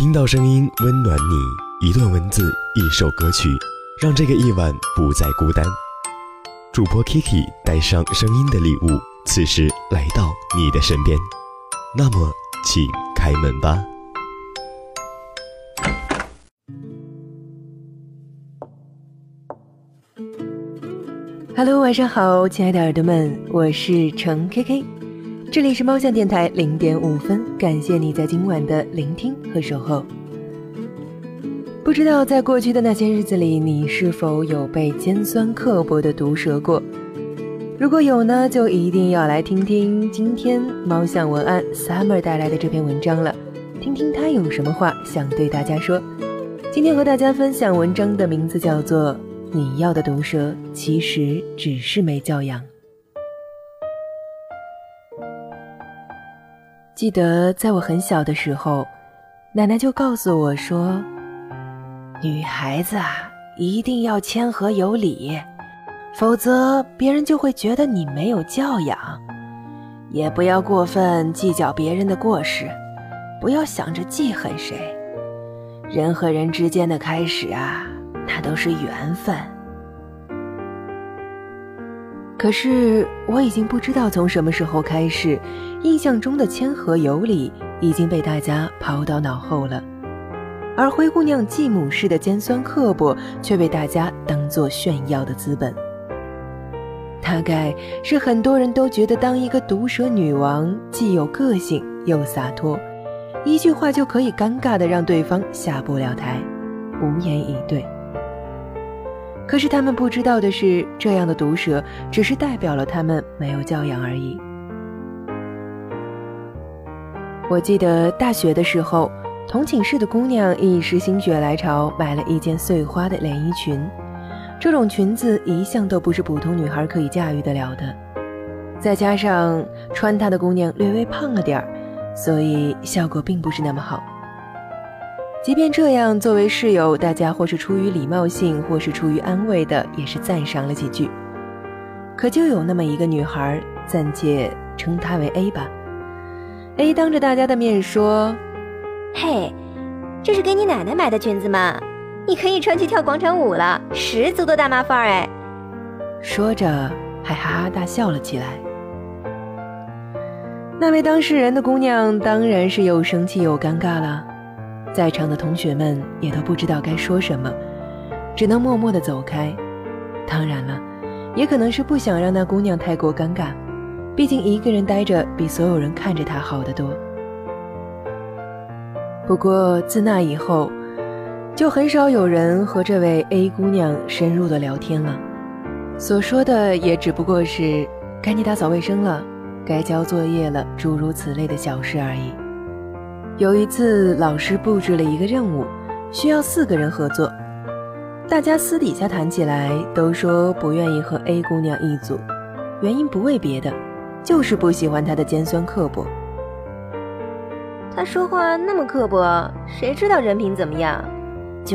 听到声音温暖你，一段文字，一首歌曲，让这个夜晚不再孤单。主播 Kiki 带上声音的礼物，此时来到你的身边。那么请开门吧。 Hello， 晚上好，亲爱的耳朵们，我是程 KK， 这里是猫巷电台0.5分，感谢你在今晚的聆听和守候。不知道在过去的那些日子里，你是否有被尖酸刻薄的毒舌过？如果有呢，就一定要来听听今天猫巷文案 Summer 带来的这篇文章了，听听他有什么话想对大家说。今天和大家分享文章的名字叫做你要的毒舌其实只是没教养。记得在我很小的时候，奶奶就告诉我说，女孩子啊，一定要谦和有礼，否则别人就会觉得你没有教养。也不要过分计较别人的过失，不要想着记恨谁。人和人之间的开始啊，那都是缘分。可是我已经不知道从什么时候开始，印象中的谦和有礼已经被大家抛到脑后了，而灰姑娘继母式的尖酸刻薄却被大家当作炫耀的资本。大概是很多人都觉得当一个毒舌女王既有个性又洒脱，一句话就可以尴尬地让对方下不了台，无言以对。可是他们不知道的是，这样的毒舌只是代表了他们没有教养而已。我记得大学的时候，同寝室的姑娘一时心血来潮买了一件碎花的连衣裙，这种裙子一向都不是普通女孩可以驾驭得了的，再加上穿它的姑娘略微胖了点儿，所以效果并不是那么好。即便这样，作为室友，大家或是出于礼貌性，或是出于安慰的，也是赞赏了几句。可就有那么一个女孩，暂且称她为 A 吧。A 当着大家的面说， 嘿，这是给你奶奶买的裙子吗？你可以穿去跳广场舞了，十足的大妈范儿哎。 说着还哈哈大笑了起来。那位当事人的姑娘当然是又生气又尴尬了，在场的同学们也都不知道该说什么，只能默默地走开。当然了，也可能是不想让那姑娘太过尴尬，毕竟一个人待着比所有人看着她好得多。不过自那以后，就很少有人和这位 A 姑娘深入的聊天了，所说的也只不过是该你打扫卫生了，该交作业了，诸如此类的小事而已。有一次老师布置了一个任务，需要4个人合作，大家私底下谈起来都说不愿意和 A 姑娘一组，原因不为别的，就是不喜欢她的尖酸刻薄。 她说话那么刻薄，谁知道人品怎么样？就是，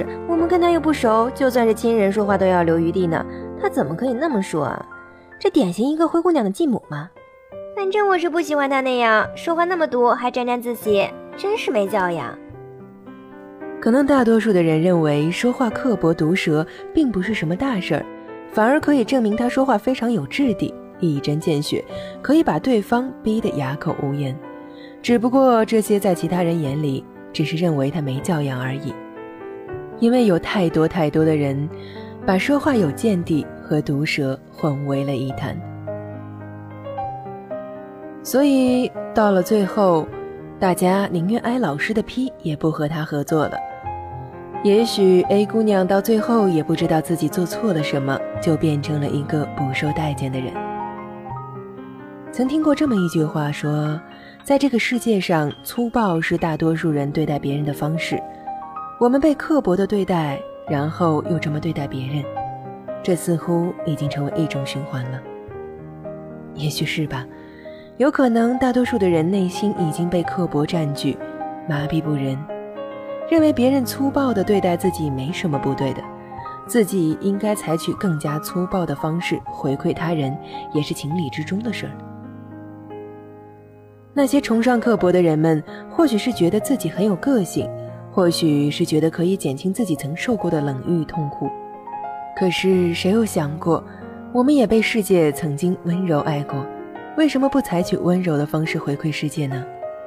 我们跟她又不熟，就算是亲人说话都要留余地呢，她怎么可以那么说啊？这典型一个灰姑娘的继母嘛。反正我是不喜欢她那样说话那么毒，还沾沾自喜，真是没教养。 可能大多数的人认为说话刻薄毒舌并不是什么大事儿，反而可以证明他说话非常有质地，一针见血，可以把对方逼得哑口无言。只不过这些在其他人眼里只是认为他没教养而已，因为有太多的人把说话有见地和毒舌混为了一谈。所以到了最后，大家宁愿挨老师的批，也不和他合作了。也许 A 姑娘到最后也不知道自己做错了什么，就变成了一个不受待见的人。曾听过这么一句话说，在这个世界上，粗暴是大多数人对待别人的方式。我们被刻薄地对待，然后又这么对待别人，这似乎已经成为一种循环了。也许是吧，有可能大多数的人内心已经被刻薄占据，麻痹不仁，认为别人粗暴地对待自己没什么不对的，自己应该采取更加粗暴的方式回馈他人，也是情理之中的事儿。 那些崇尚刻薄的人们，或许是觉得自己很有个性，或许是觉得可以减轻自己曾受过的冷遇痛苦。可是谁有想过，我们也被世界曾经温柔爱过，为什么不采取温柔的方式回馈世界呢？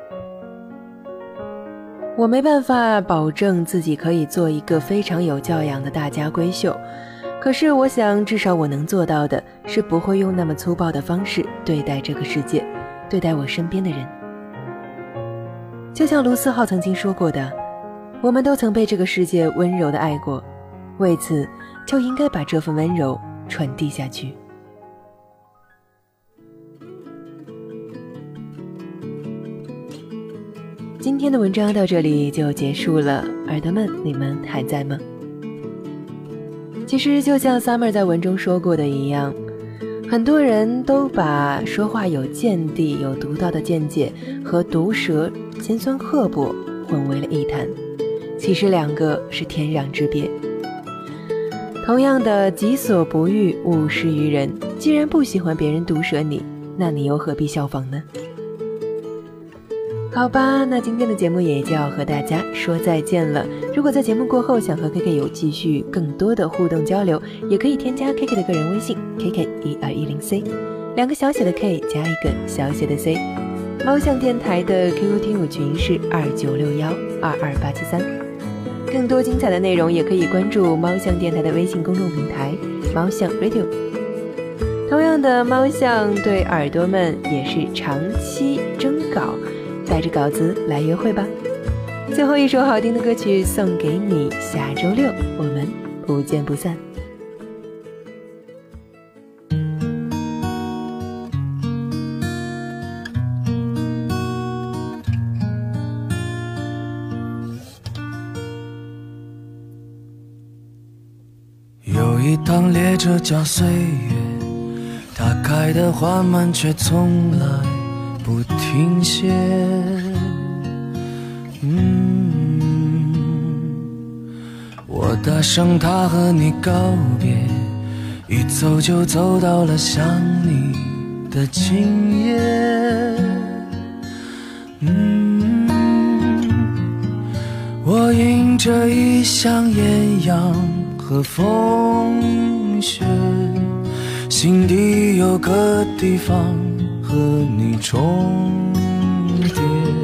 我没办法保证自己可以做一个非常有教养的大家闺秀，可是我想至少我能做到的是不会用那么粗暴的方式对待这个世界，对待我身边的人。就像卢思浩曾经说过的，我们都曾被这个世界温柔地爱过，为此就应该把这份温柔传递下去。今天的文章到这里就结束了，耳朵们，你们还在吗？其实就像 Summer 在文中说过的一样，很多人都把说话有见地、有独到的见解和毒舌、尖酸刻薄混为了一谈，其实两个是天壤之别。同样的，己所不欲，勿施于人。既然不喜欢别人毒舌你，那你又何必效仿呢？好吧，那今天的节目也就要和大家说再见了。如果在节目过后想和 KK 有继续更多的互动交流，也可以添加 KK 的个人微信 KK1210C， 2个小写的 K 加1个小写的 C。 猫巷电台的 QQ 听友群是2961-22873，更多精彩的内容也可以关注猫巷电台的微信公众平台猫巷 Radio。 同样的，猫巷对耳朵们也是长期征稿，带着稿子来约会吧。最后一首好听的歌曲送给你，下周六我们不见不散。 有一趟列车叫岁月，它开得缓慢却从来不停歇。我搭上它和你告别，一走就走到了想你的今夜。我迎着一厢艳阳和风雪，心底有个地方和你重叠，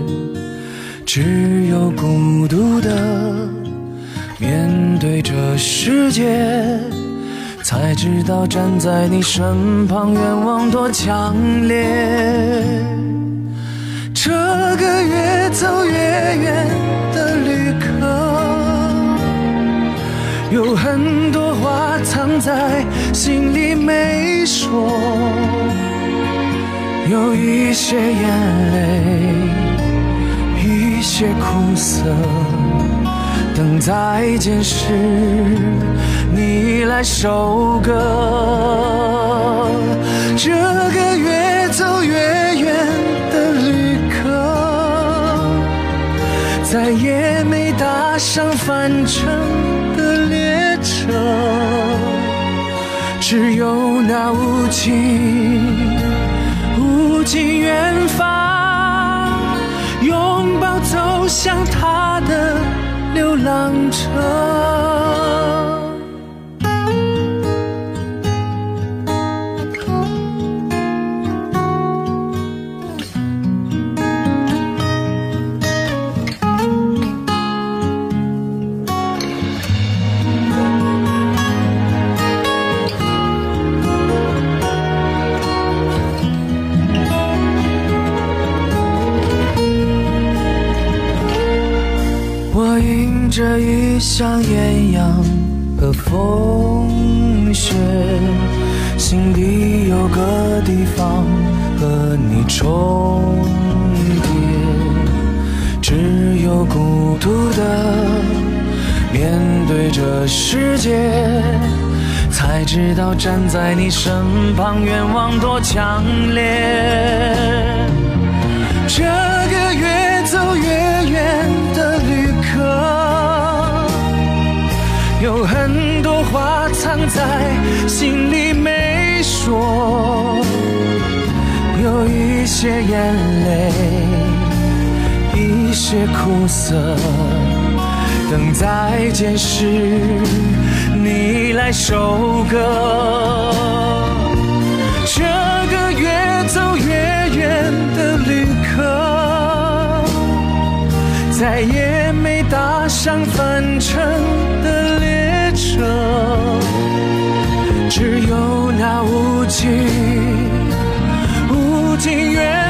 只有孤独的面对这世界，才知道站在你身旁愿望多强烈。这个越走越远的旅客，有很多话藏在心里没说，有一些眼泪，一些苦涩，等再见时你来收割。这个越走越远的旅客，再也没搭上返程的列车，只有那无尽远方，拥抱走向他的流浪者。这一厢艳阳和风雪，心底有个地方和你重叠，只有孤独的面对这世界，才知道站在你身旁愿望多强烈。这个越走越远的旅客，有很多话藏在心里没说，有一些眼泪，一些苦涩，等待间时你来收割。这个越走越远的旅客，再也没搭上返程的列车，只有那无尽无尽远